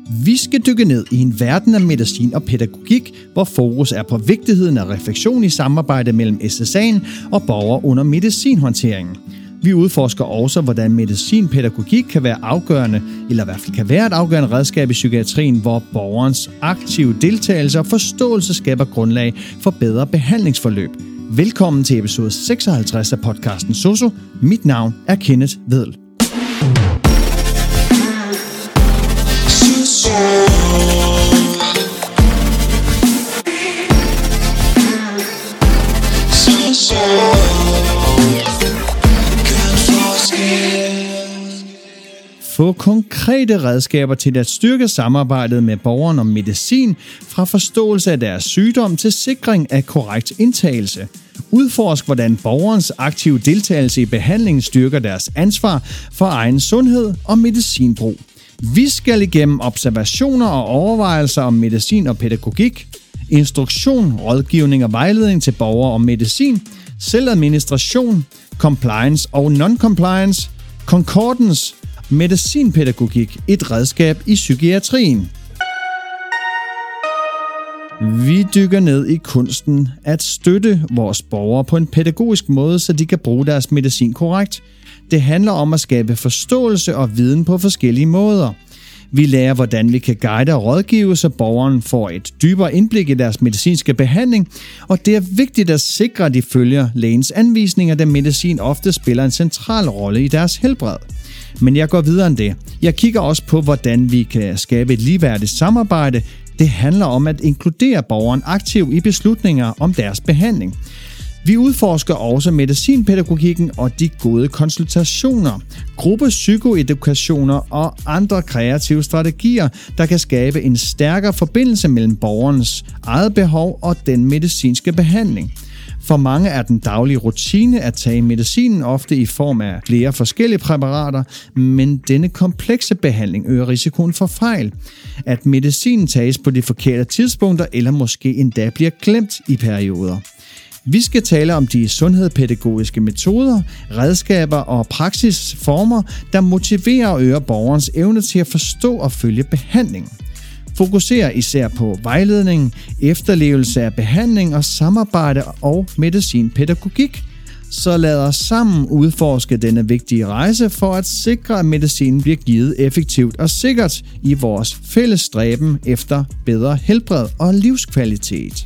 Vi skal dykke ned i en verden af medicin og pædagogik, hvor fokus er på vigtigheden af refleksion i samarbejde mellem SSA'en og borgere under medicinhåndteringen. Vi udforsker også, hvordan medicinpædagogik kan være afgørende, eller i hvert fald kan være et afgørende redskab i psykiatrien, hvor borgerens aktive deltagelse og forståelse skaber grundlag for bedre behandlingsforløb. Velkommen til episode 56 af podcasten Soso. Mit navn er Kenneth Vedel. Få konkrete redskaber til at styrke samarbejdet med borgeren om medicin, fra forståelse af deres sygdom til sikring af korrekt indtagelse. Udforsk, hvordan borgerens aktive deltagelse i behandlingen styrker deres ansvar for egen sundhed og medicinbrug. Vi skal igennem observationer og overvejelser om medicin og pædagogik, instruktion, rådgivning og vejledning til borgere om medicin, selvadministration, compliance og non-compliance, concordance, medicinpædagogik, et redskab i psykiatrien. Vi dykker ned i kunsten at støtte vores borgere på en pædagogisk måde, så de kan bruge deres medicin korrekt. Det handler om at skabe forståelse og viden på forskellige måder. Vi lærer, hvordan vi kan guide og rådgive, så borgeren får et dybere indblik i deres medicinske behandling, og det er vigtigt at sikre, at de følger lægens anvisninger, da medicin ofte spiller en central rolle i deres helbred. Men jeg går videre end det. Jeg kigger også på, hvordan vi kan skabe et ligeværdigt samarbejde. Det handler om at inkludere borgeren aktivt i beslutninger om deres behandling. Vi udforsker også medicinpædagogikken og de gode konsultationer, gruppepsykoedukationer og andre kreative strategier, der kan skabe en stærkere forbindelse mellem borgerens eget behov og den medicinske behandling. For mange er den daglige rutine at tage medicinen ofte i form af flere forskellige præparater, men denne komplekse behandling øger risikoen for fejl. At medicinen tages på de forkerte tidspunkter eller måske endda bliver glemt i perioder. Vi skal tale om de sundhedspædagogiske metoder, redskaber og praksisformer, der motiverer og øger borgerens evne til at forstå og følge behandlingen. Fokuserer især på vejledning, efterlevelse af behandling og samarbejde og medicinpædagogik. Så lad os sammen udforske denne vigtige rejse for at sikre, at medicinen bliver givet effektivt og sikkert i vores fælles stræben efter bedre helbred og livskvalitet.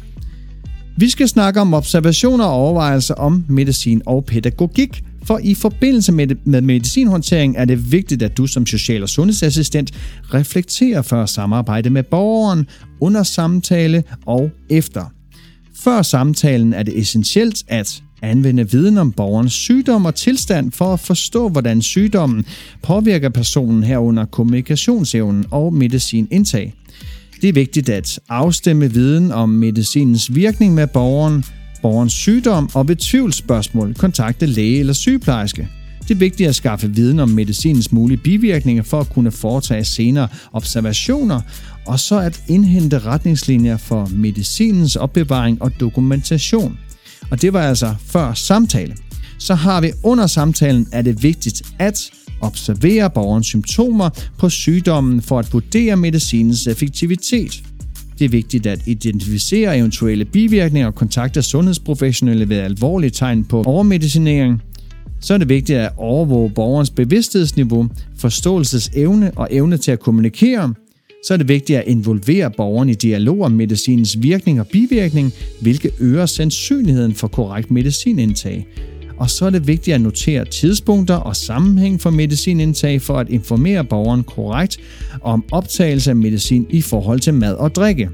Vi skal snakke om observationer og overvejelser om medicin og pædagogik, for i forbindelse med medicinhåndtering er det vigtigt, at du som social- og sundhedsassistent reflekterer før samarbejde med borgeren, under samtale og efter. Før samtalen er det essentielt at anvende viden om borgerens sygdom og tilstand for at forstå, hvordan sygdommen påvirker personen herunder kommunikationsevnen og medicinindtag. Det er vigtigt at afstemme viden om medicinens virkning med borgerens sygdom og ved tvivlsspørgsmål kontakte læge eller sygeplejerske. Det er vigtigt at skaffe viden om medicinens mulige bivirkninger for at kunne foretage senere observationer, og så at indhente retningslinjer for medicinens opbevaring og dokumentation. Og det var altså før samtale. Så har vi under samtalen, er det vigtigt at observere borgerens symptomer på sygdommen for at vurdere medicinens effektivitet. Det er vigtigt at identificere eventuelle bivirkninger og kontakte sundhedsprofessionelle ved alvorlige tegn på overmedicinering. Så er det vigtigt at overvåge borgerens bevidsthedsniveau, forståelsesevne og evne til at kommunikere. Så er det vigtigt at involvere borgeren i dialog om medicinens virkning og bivirkning, hvilket øger sandsynligheden for korrekt medicinindtag. Og så er det vigtigt at notere tidspunkter og sammenhæng for medicinindtag for at informere borgeren korrekt om optagelse af medicin i forhold til mad og drikke.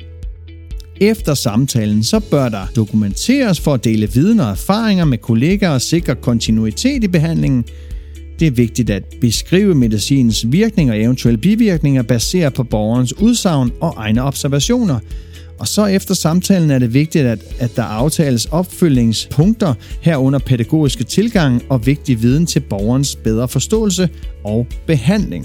Efter samtalen så bør der dokumenteres for at dele viden og erfaringer med kollegaer og sikre kontinuitet i behandlingen. Det er vigtigt at beskrive medicinens virkning og eventuelle bivirkninger baseret på borgerens udsagn og egne observationer. Og så efter samtalen er det vigtigt, at der aftales opfølgningspunkter herunder pædagogiske tilgang og vigtig viden til borgerens bedre forståelse og behandling.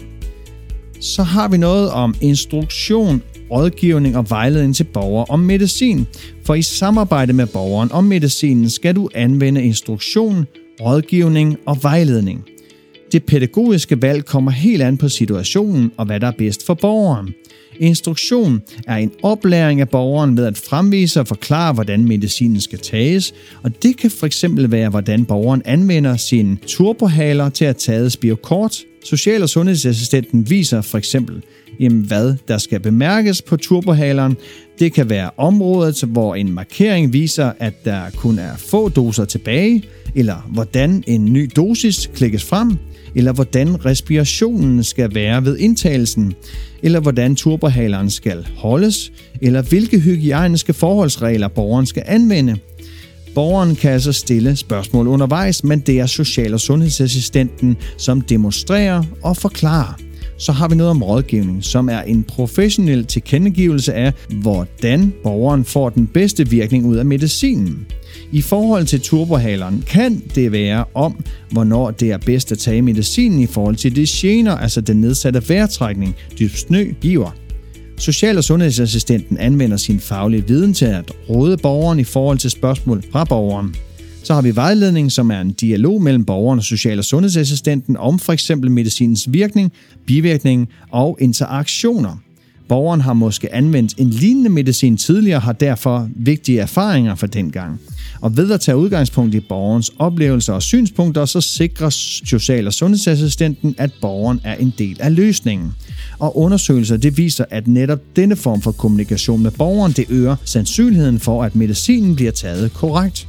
Så har vi noget om instruktion, rådgivning og vejledning til borgere om medicin. For i samarbejde med borgeren om medicinen skal du anvende instruktion, rådgivning og vejledning. Det pædagogiske valg kommer helt an på situationen og hvad der er bedst for borgeren. Instruktion er en oplæring af borgeren ved at fremvise og forklare, hvordan medicinen skal tages, og det kan fx være, hvordan borgeren anvender sine turbohaler til at tage spiokort. Social- og sundhedsassistenten viser fx, hvad der skal bemærkes på turbohaleren. Det kan være området, hvor en markering viser, at der kun er få doser tilbage, eller hvordan en ny dosis klikkes frem, eller hvordan respirationen skal være ved indtagelsen, eller hvordan turbohaleren skal holdes, eller hvilke hygiejniske forholdsregler borgeren skal anvende. Borgeren kan altså stille spørgsmål undervejs, men det er social- og sundhedsassistenten, som demonstrerer og forklarer. Så har vi noget om rådgivning, som er en professionel tilkendegivelse af, hvordan borgeren får den bedste virkning ud af medicinen. I forhold til turbohaleren kan det være om, hvornår det er bedst at tage medicinen i forhold til de gener, altså den nedsatte vejrtrækning, dyspnø giver. Social- og sundhedsassistenten anvender sin faglige viden til at råde borgeren i forhold til spørgsmål fra borgeren. Så har vi vejledning, som er en dialog mellem borgeren og social- og sundhedsassistenten om f.eks. medicinens virkning, bivirkning og interaktioner. Borgeren har måske anvendt en lignende medicin tidligere og har derfor vigtige erfaringer fra dengang. Og ved at tage udgangspunkt i borgerens oplevelser og synspunkter, så sikrer social- og sundhedsassistenten, at borgeren er en del af løsningen. Og undersøgelser det viser, at netop denne form for kommunikation med borgeren, det øger sandsynligheden for, at medicinen bliver taget korrekt.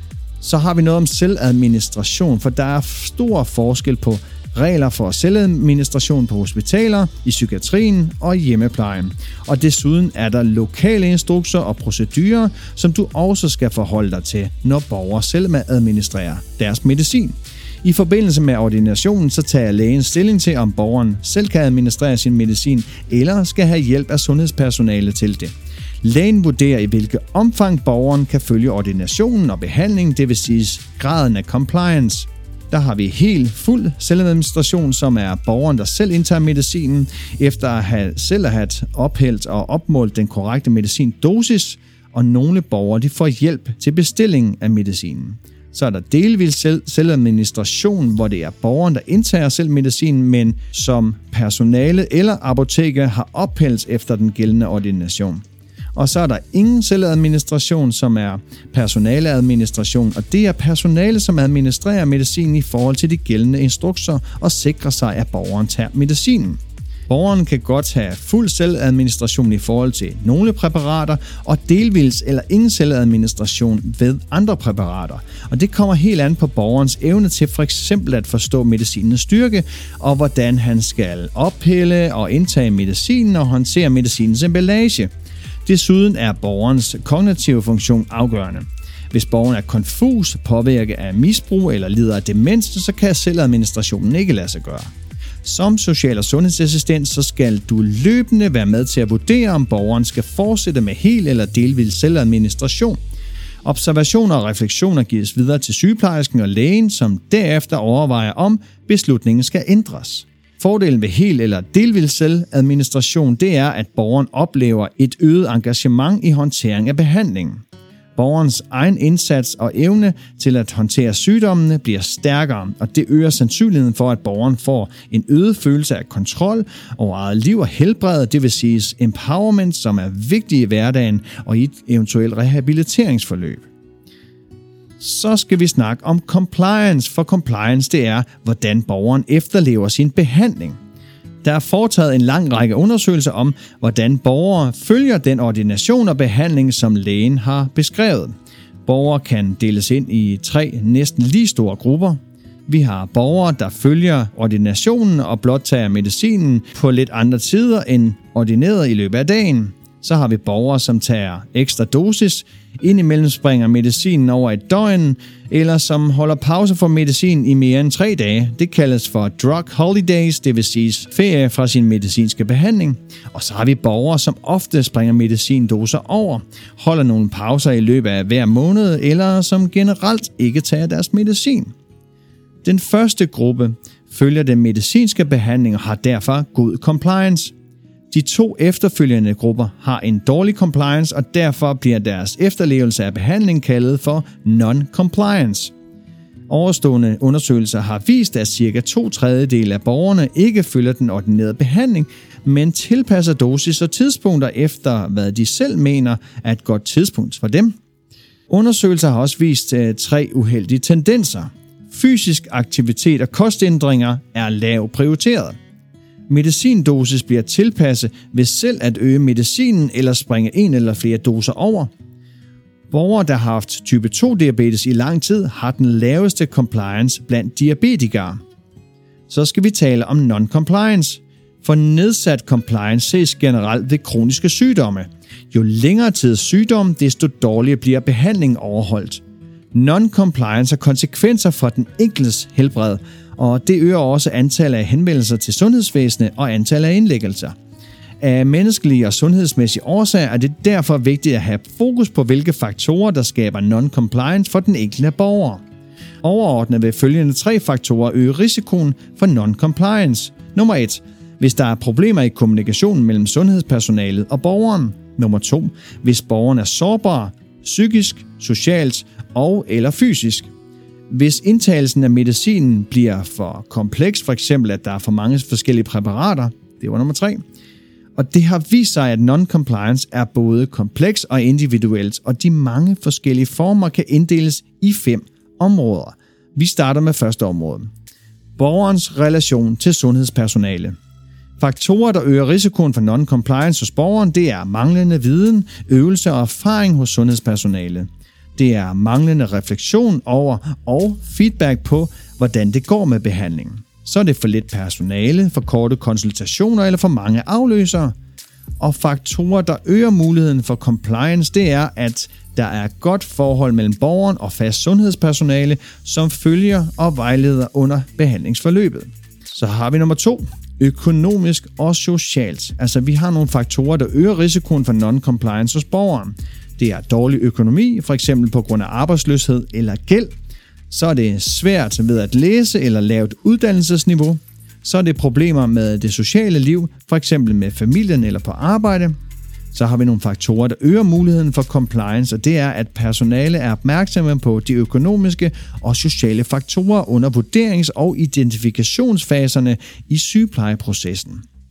Så har vi noget om selvadministration, for der er stor forskel på regler for selvadministration på hospitaler, i psykiatrien og i hjemmeplejen. Og desuden er der lokale instrukser og procedurer, som du også skal forholde dig til, når borgere selv administrerer deres medicin. I forbindelse med ordinationen, så tager lægen stilling til, om borgeren selv kan administrere sin medicin, eller skal have hjælp af sundhedspersonale til det. Lægen vurderer, i hvilket omfang borgeren kan følge ordinationen og behandlingen, det vil sige graden af compliance. Der har vi helt fuld selvadministration, som er borgeren, der selv indtager medicinen, efter at have ophældt og opmålt den korrekte medicindosis, og nogle borgere de får hjælp til bestillingen af medicinen. Så er der delvis selvadministration, hvor det er borgeren, der indtager selv medicinen, men som personale eller apoteker har ophældt efter den gældende ordination. Og så er der ingen selvadministration, som er personaleadministration, og det er personale, som administrerer medicinen i forhold til de gældende instrukser og sikrer sig, at borgeren tager medicinen. Borgeren kan godt have fuld selvadministration i forhold til nogle præparater, og delvis eller ingen selvadministration ved andre præparater. Og det kommer helt an på borgerens evne til for eksempel at forstå medicinens styrke, og hvordan han skal ophælde og indtage medicinen og håndtere medicinens emballage. Desuden er borgerens kognitive funktion afgørende. Hvis borgeren er konfus, påvirket af misbrug eller lider af demens, så kan selvadministrationen ikke lade sig gøre. Som social- og sundhedsassistent, så skal du løbende være med til at vurdere, om borgeren skal fortsætte med hel eller delvis selvadministration. Observationer og refleksioner gives videre til sygeplejersken og lægen, som derefter overvejer, om beslutningen skal ændres. Fordelen ved hel eller delvis selvadministration, det er, at borgeren oplever et øget engagement i håndtering af behandlingen. Borgerens egen indsats og evne til at håndtere sygdommene bliver stærkere, og det øger sandsynligheden for, at borgeren får en øget følelse af kontrol over eget liv og helbred, det vil sige empowerment, som er vigtig i hverdagen og i et eventuelt rehabiliteringsforløb. Så skal vi snakke om compliance, for compliance det er, hvordan borgeren efterlever sin behandling. Der er foretaget en lang række undersøgelser om, hvordan borgere følger den ordination og behandling, som lægen har beskrevet. Borgere kan deles ind i 3 næsten lige store grupper. Vi har borgere, der følger ordinationen og blot tager medicinen på lidt andre tider end ordineret i løbet af dagen. Så har vi borgere, som tager ekstra dosis, indimellem springer medicinen over et døgn, eller som holder pause for medicin i mere end 3 dage. Det kaldes for drug holidays, det vil sige ferie fra sin medicinske behandling. Og så har vi borgere, som ofte springer medicindoser over, holder nogle pauser i løbet af hver måned, eller som generelt ikke tager deres medicin. Den første gruppe følger den medicinske behandling og har derfor god compliance. De 2 efterfølgende grupper har en dårlig compliance, og derfor bliver deres efterlevelse af behandling kaldet for non-compliance. Overstående undersøgelser har vist, at ca. 2/3 af borgerne ikke følger den ordinerede behandling, men tilpasser dosis og tidspunkter efter, hvad de selv mener er et godt tidspunkt for dem. Undersøgelser har også vist 3 uheldige tendenser. Fysisk aktivitet og kostændringer er lavt prioriteret. Medicindosis bliver tilpasset ved selv at øge medicinen eller springe en eller flere doser over. Borgere, der har haft type 2-diabetes i lang tid, har den laveste compliance blandt diabetikere. Så skal vi tale om non-compliance. For nedsat compliance ses generelt ved kroniske sygdomme. Jo længere tids sygdom, desto dårligere bliver behandlingen overholdt. Non-compliance har konsekvenser for den enkeltes helbred, og det øger også antallet af henvendelser til sundhedsvæsenet og antallet af indlæggelser. Af menneskelige og sundhedsmæssige årsager er det derfor vigtigt at have fokus på, hvilke faktorer, der skaber non-compliance for den enkelte borger. Overordnet vil følgende 3 faktorer øge risikoen for non-compliance. Nummer 1. Hvis der er problemer i kommunikationen mellem sundhedspersonalet og borgeren. Nummer 2. Hvis borgeren er sårbar, psykisk, socialt og eller fysisk. Hvis indtagelsen af medicinen bliver for kompleks, f.eks. at der er for mange forskellige præparater, det var nummer 3. Og det har vist sig, at non-compliance er både kompleks og individuelt, og de mange forskellige former kan inddeles i 5 områder. Vi starter med første område. Borgerens relation til sundhedspersonale. Faktorer, der øger risikoen for non-compliance hos borgeren, det er manglende viden, øvelse og erfaring hos sundhedspersonale. Det er manglende refleksion over og feedback på, hvordan det går med behandlingen. Så er det for lidt personale, for korte konsultationer eller for mange afløsere. Og faktorer, der øger muligheden for compliance, det er, at der er et godt forhold mellem borgeren og fast sundhedspersonale, som følger og vejleder under behandlingsforløbet. Så har vi nummer 2. Økonomisk og socialt. Altså vi har nogle faktorer, der øger risikoen for non-compliance hos borgeren. Det er dårlig økonomi, f.eks. på grund af arbejdsløshed eller gæld. Så er det svært ved at læse eller lavt uddannelsesniveau. Så er det problemer med det sociale liv, f.eks. med familien eller på arbejde. Så har vi nogle faktorer, der øger muligheden for compliance, og det er, at personale er opmærksomme på de økonomiske og sociale faktorer under vurderings- og identifikationsfaserne i sygeplejeprocessen.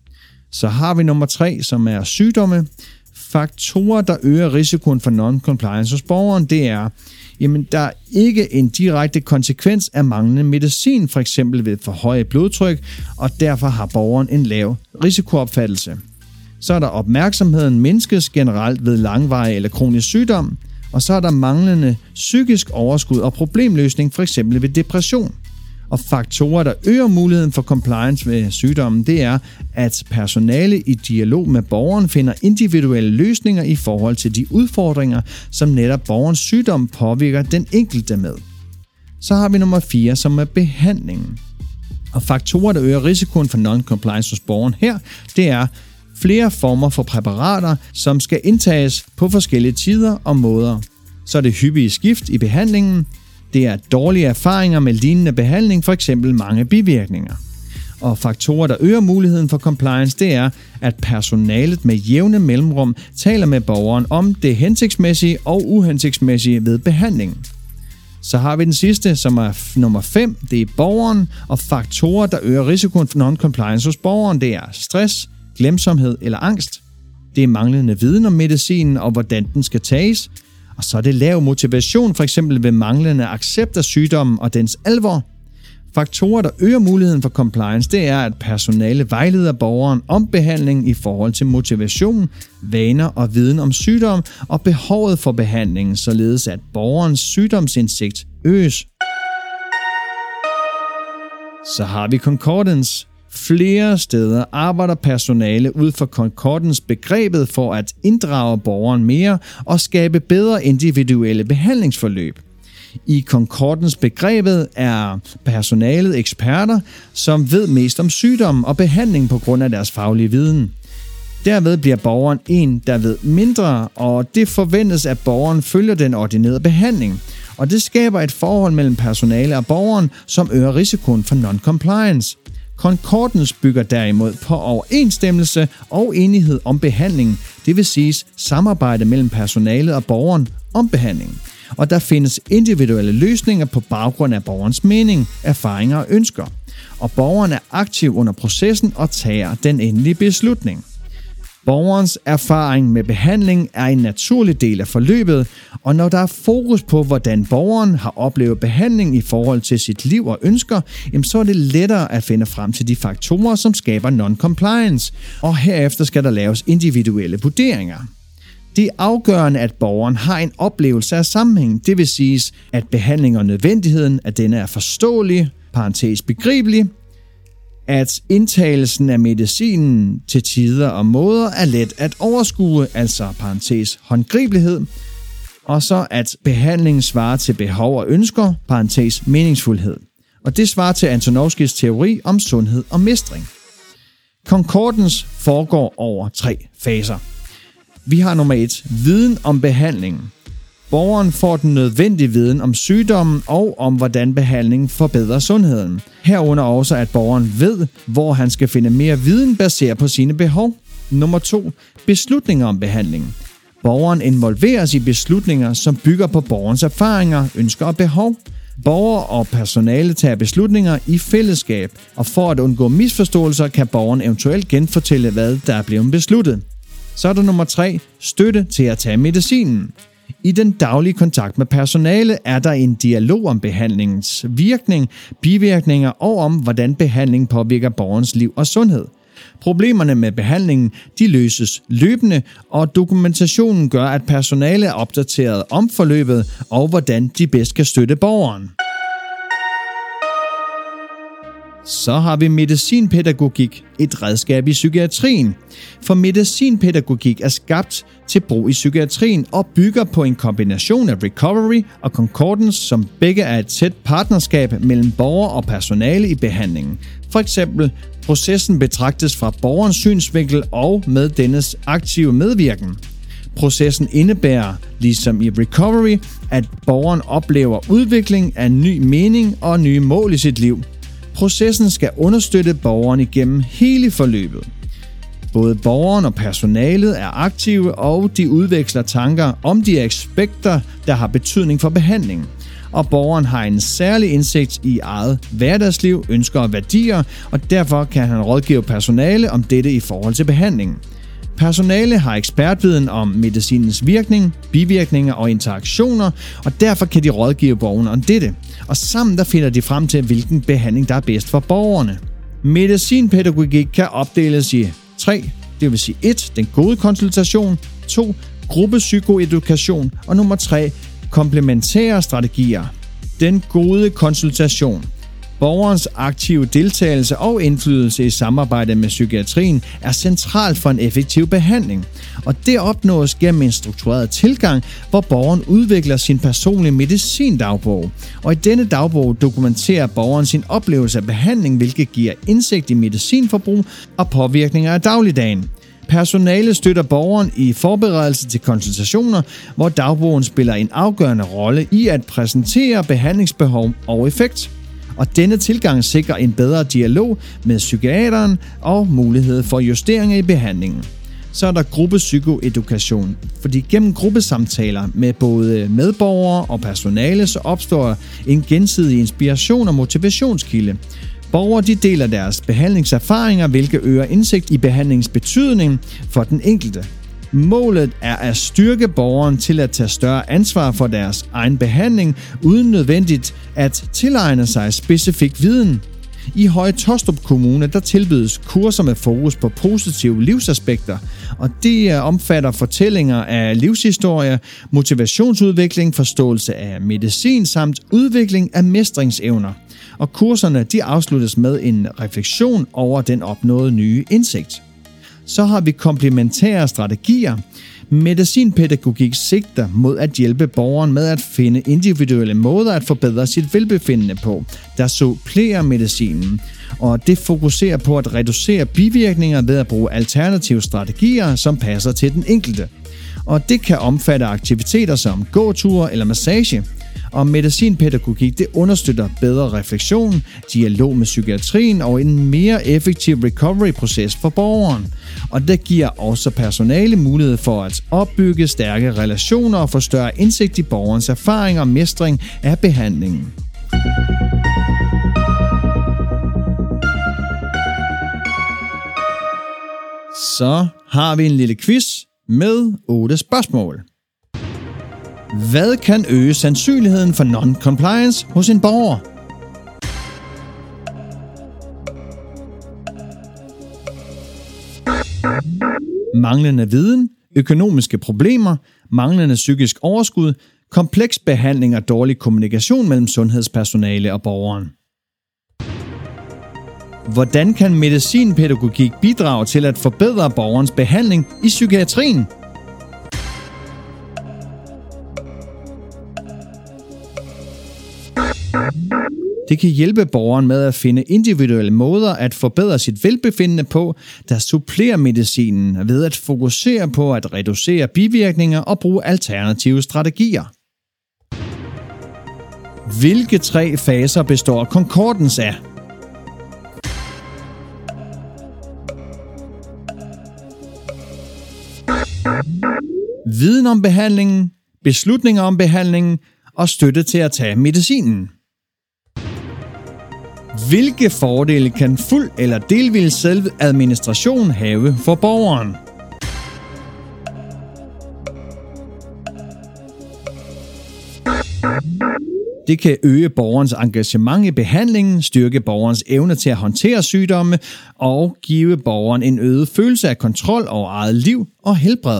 Så har vi nummer 3, som er sygdomme. Faktorer, der øger risikoen for non-compliance hos borgeren, det er, der er ikke en direkte konsekvens af manglende medicin, f.eks. ved for højt blodtryk, og derfor har borgeren en lav risikoopfattelse. Så er der opmærksomheden mindskes generelt ved langvarig eller kronisk sygdom, og så er der manglende psykisk overskud og problemløsning, f.eks. ved depression. Og faktorer, der øger muligheden for compliance ved sygdommen, det er, at personale i dialog med borgeren finder individuelle løsninger i forhold til de udfordringer, som netop borgerens sygdom påvirker den enkelte med. Så har vi nummer 4, som er behandlingen. Og faktorer, der øger risikoen for non-compliance hos borgeren her, det er flere former for præparater, som skal indtages på forskellige tider og måder. Så er det hyppige skift i behandlingen. Det er dårlige erfaringer med lignende behandling, f.eks. mange bivirkninger. Og faktorer, der øger muligheden for compliance, det er, at personalet med jævne mellemrum taler med borgeren om det hensigtsmæssige og uhensigtsmæssige ved behandlingen. Så har vi den sidste, som er nummer 5, det er borgeren, og faktorer, der øger risikoen for non-compliance hos borgeren, det er stress, glemsomhed eller angst. Det er manglende viden om medicinen og hvordan den skal tages. Og så er det lav motivation, f.eks. ved manglende accept af sygdommen og dens alvor. Faktorer, der øger muligheden for compliance, det er, at personale vejleder borgeren om behandling i forhold til motivation, vaner og viden om sygdom og behovet for behandlingen, således at borgerens sygdomsindsigt øges. Så har vi concordance. Flere steder arbejder personale ud fra concordance begrebet for at inddrage borgeren mere og skabe bedre individuelle behandlingsforløb. I concordance begrebet er personalet eksperter, som ved mest om sygdommen og behandling på grund af deres faglige viden. Derved bliver borgeren en, der ved mindre, og det forventes, at borgeren følger den ordinerede behandling. Og det skaber et forhold mellem personale og borgeren, som øger risikoen for non-compliance. Concordance bygger derimod på overensstemmelse og enighed om behandlingen, det vil sige samarbejde mellem personalet og borgeren om behandlingen. og der findes individuelle løsninger på baggrund af borgerens mening, erfaringer og ønsker. Og borgeren er aktiv under processen og tager den endelige beslutning. Borgerens erfaring med behandling er en naturlig del af forløbet, og når der er fokus på, hvordan borgeren har oplevet behandling i forhold til sit liv og ønsker, så er det lettere at finde frem til de faktorer, som skaber non-compliance, og herefter skal der laves individuelle vurderinger. Det er afgørende, at borgeren har en oplevelse af sammenhæng, det vil sige, at behandling og nødvendigheden af denne er forståelig, begribelig, at indtagelsen af medicinen til tider og måder er let at overskue, altså håndgribelighed, og så at behandlingen svarer til behov og ønsker, meningsfuldhed. Og det svarer til Antonovskis teori om sundhed og mestring. Concordance foregår over 3 faser. Vi har nummer 1, viden om behandlingen. Borgeren får den nødvendige viden om sygdommen og om, hvordan behandlingen forbedrer sundheden. Herunder også, at borgeren ved, hvor han skal finde mere viden baseret på sine behov. Nummer 2, beslutninger om behandlingen. Borgeren involveres i beslutninger, som bygger på borgerens erfaringer, ønsker og behov. Borger og personale tager beslutninger i fællesskab, og for at undgå misforståelser, kan borgeren eventuelt genfortælle, hvad der er blevet besluttet. Så er der nummer 3, støtte til at tage medicinen. I den daglige kontakt med personale er der en dialog om behandlingens virkning, bivirkninger og om, hvordan behandlingen påvirker borgerens liv og sundhed. Problemerne med behandlingen, de løses løbende, og dokumentationen gør, at personale er opdateret om forløbet og hvordan de bedst kan støtte borgeren. Så har vi medicinpædagogik, et redskab i psykiatrien. For medicinpædagogik er skabt til brug i psykiatrien og bygger på en kombination af recovery og concordance, som begge er et tæt partnerskab mellem borger og personale i behandlingen. For eksempel, processen betragtes fra borgerens synsvinkel og med dennes aktive medvirken. Processen indebærer, ligesom i recovery, at borgeren oplever udvikling af ny mening og nye mål i sit liv. Processen skal understøtte borgeren igennem hele forløbet. Både borgeren og personalet er aktive, og de udveksler tanker om de aspekter, der har betydning for behandlingen. Og borgeren har en særlig indsigt i eget hverdagsliv, ønsker og værdier, og derfor kan han rådgive personale om dette i forhold til behandlingen. Personale har ekspertviden om medicinens virkning, bivirkninger og interaktioner, og derfor kan de rådgive borgerne om dette. Og sammen der finder de frem til, hvilken behandling der er bedst for borgerne. Medicinpædagogik kan opdeles i 3, det vil sige 1, den gode konsultation, 2, gruppepsykoedukation og nummer 3, komplementære strategier. Den gode konsultation. Borgerens aktive deltagelse og indflydelse i samarbejde med psykiatrien er centralt for en effektiv behandling, og det opnås gennem en struktureret tilgang, hvor borgeren udvikler sin personlige medicindagbog. Og i denne dagbog dokumenterer borgeren sin oplevelse af behandling, hvilket giver indsigt i medicinforbrug og påvirkninger af dagligdagen. Personale støtter borgeren i forberedelse til konsultationer, hvor dagbogen spiller en afgørende rolle i at præsentere behandlingsbehov og effekt. Og denne tilgang sikrer en bedre dialog med psykiateren og mulighed for justeringer i behandlingen. Så er der gruppepsykoedukation, fordi gennem gruppesamtaler med både medborgere og personale, så opstår en gensidig inspiration og motivationskilde. Borgere de deler deres behandlingserfaringer, hvilket øger indsigt i behandlingens betydning for den enkelte. Målet er at styrke borgeren til at tage større ansvar for deres egen behandling, uden nødvendigt at tilegne sig specifik viden. I Høje Taastrup Kommune der tilbydes kurser med fokus på positive livsaspekter, og det omfatter fortællinger af livshistorie, motivationsudvikling, forståelse af medicin samt udvikling af mestringsevner. Og kurserne de afsluttes med en refleksion over den opnåede nye indsigt. Så har vi komplementære strategier. Medicinpædagogik sigter mod at hjælpe borgeren med at finde individuelle måder at forbedre sit velbefindende på, der supplerer medicinen. Og det fokuserer på at reducere bivirkninger ved at bruge alternative strategier, som passer til den enkelte. Og det kan omfatte aktiviteter som gåture eller massage. Og medicinpædagogik, det understøtter bedre refleksion, dialog med psykiatrien og en mere effektiv recovery-proces for borgeren. Og det giver også personale mulighed for at opbygge stærke relationer og få større indsigt i borgerens erfaring og mestring af behandlingen. Så har vi en lille quiz med 8 spørgsmål. Hvad kan øge sandsynligheden for non-compliance hos en borger? Manglende viden, økonomiske problemer, manglende psykisk overskud, kompleks behandling og dårlig kommunikation mellem sundhedspersonale og borgeren. Hvordan kan medicinpædagogik bidrage til at forbedre borgerens behandling i psykiatrien? Det kan hjælpe borgeren med at finde individuelle måder at forbedre sit velbefindende på, der supplerer medicinen ved at fokusere på at reducere bivirkninger og bruge alternative strategier. Hvilke 3 faser består Concordance af? Viden om behandlingen, beslutninger om behandlingen og støtte til at tage medicinen. Hvilke fordele kan fuld eller delvis selvadministration have for borgeren? Det kan øge borgerens engagement i behandlingen, styrke borgerens evne til at håndtere sygdomme og give borgeren en øget følelse af kontrol over eget liv og helbred.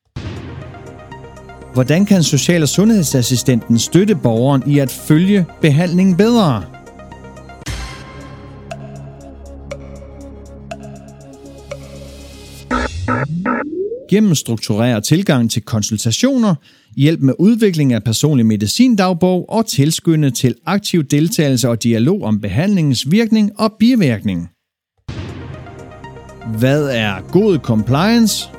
Hvordan kan social- og sundhedsassistenten støtte borgeren i at følge behandlingen bedre? Gennem struktureret tilgang til konsultationer, hjælp med udvikling af personlig medicindagbog og tilskynde til aktiv deltagelse og dialog om behandlingens virkning og bivirkning. Hvad er god compliance?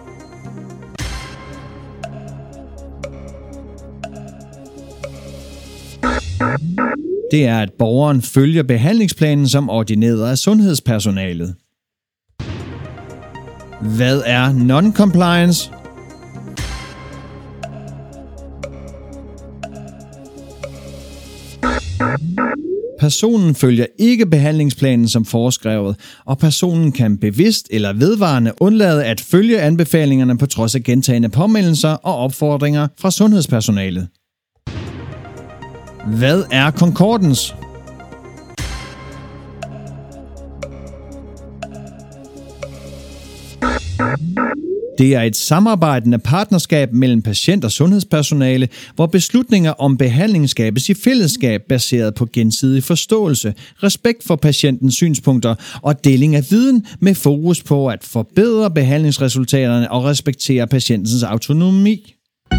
Det er, at borgeren følger behandlingsplanen som ordineret af sundhedspersonalet. Hvad er non-compliance? Personen følger ikke behandlingsplanen som foreskrevet, og personen kan bevidst eller vedvarende undlade at følge anbefalingerne på trods af gentagne påmindelser og opfordringer fra sundhedspersonalet. Hvad er Concordance? Det er et samarbejdende partnerskab mellem patient og sundhedspersonale, hvor beslutninger om behandling skabes i fællesskab baseret på gensidig forståelse, respekt for patientens synspunkter og deling af viden med fokus på at forbedre behandlingsresultaterne og respektere patientens autonomi.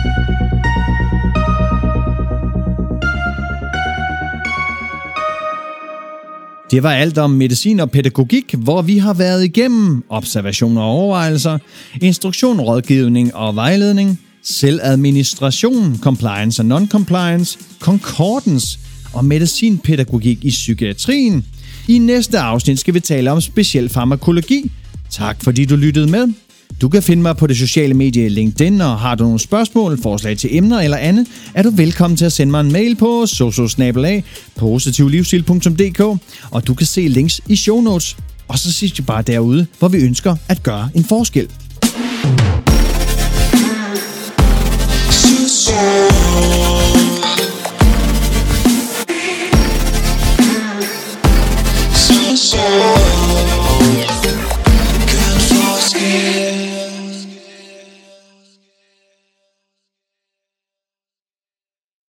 Det var alt om medicin og pædagogik, hvor vi har været igennem observationer og overvejelser, instruktion, rådgivning og vejledning, selvadministration, compliance og non-compliance, concordance og medicinpædagogik i psykiatrien. I næste afsnit skal vi tale om speciel farmakologi. Tak fordi du lyttede med. Du kan finde mig på det sociale medie LinkedIn, og har du nogle spørgsmål, forslag til emner eller andet, er du velkommen til at sende mig en mail på soso@positivlivsstil.dk, og du kan se links i show notes. Og så ses vi bare derude, hvor vi ønsker at gøre en forskel. So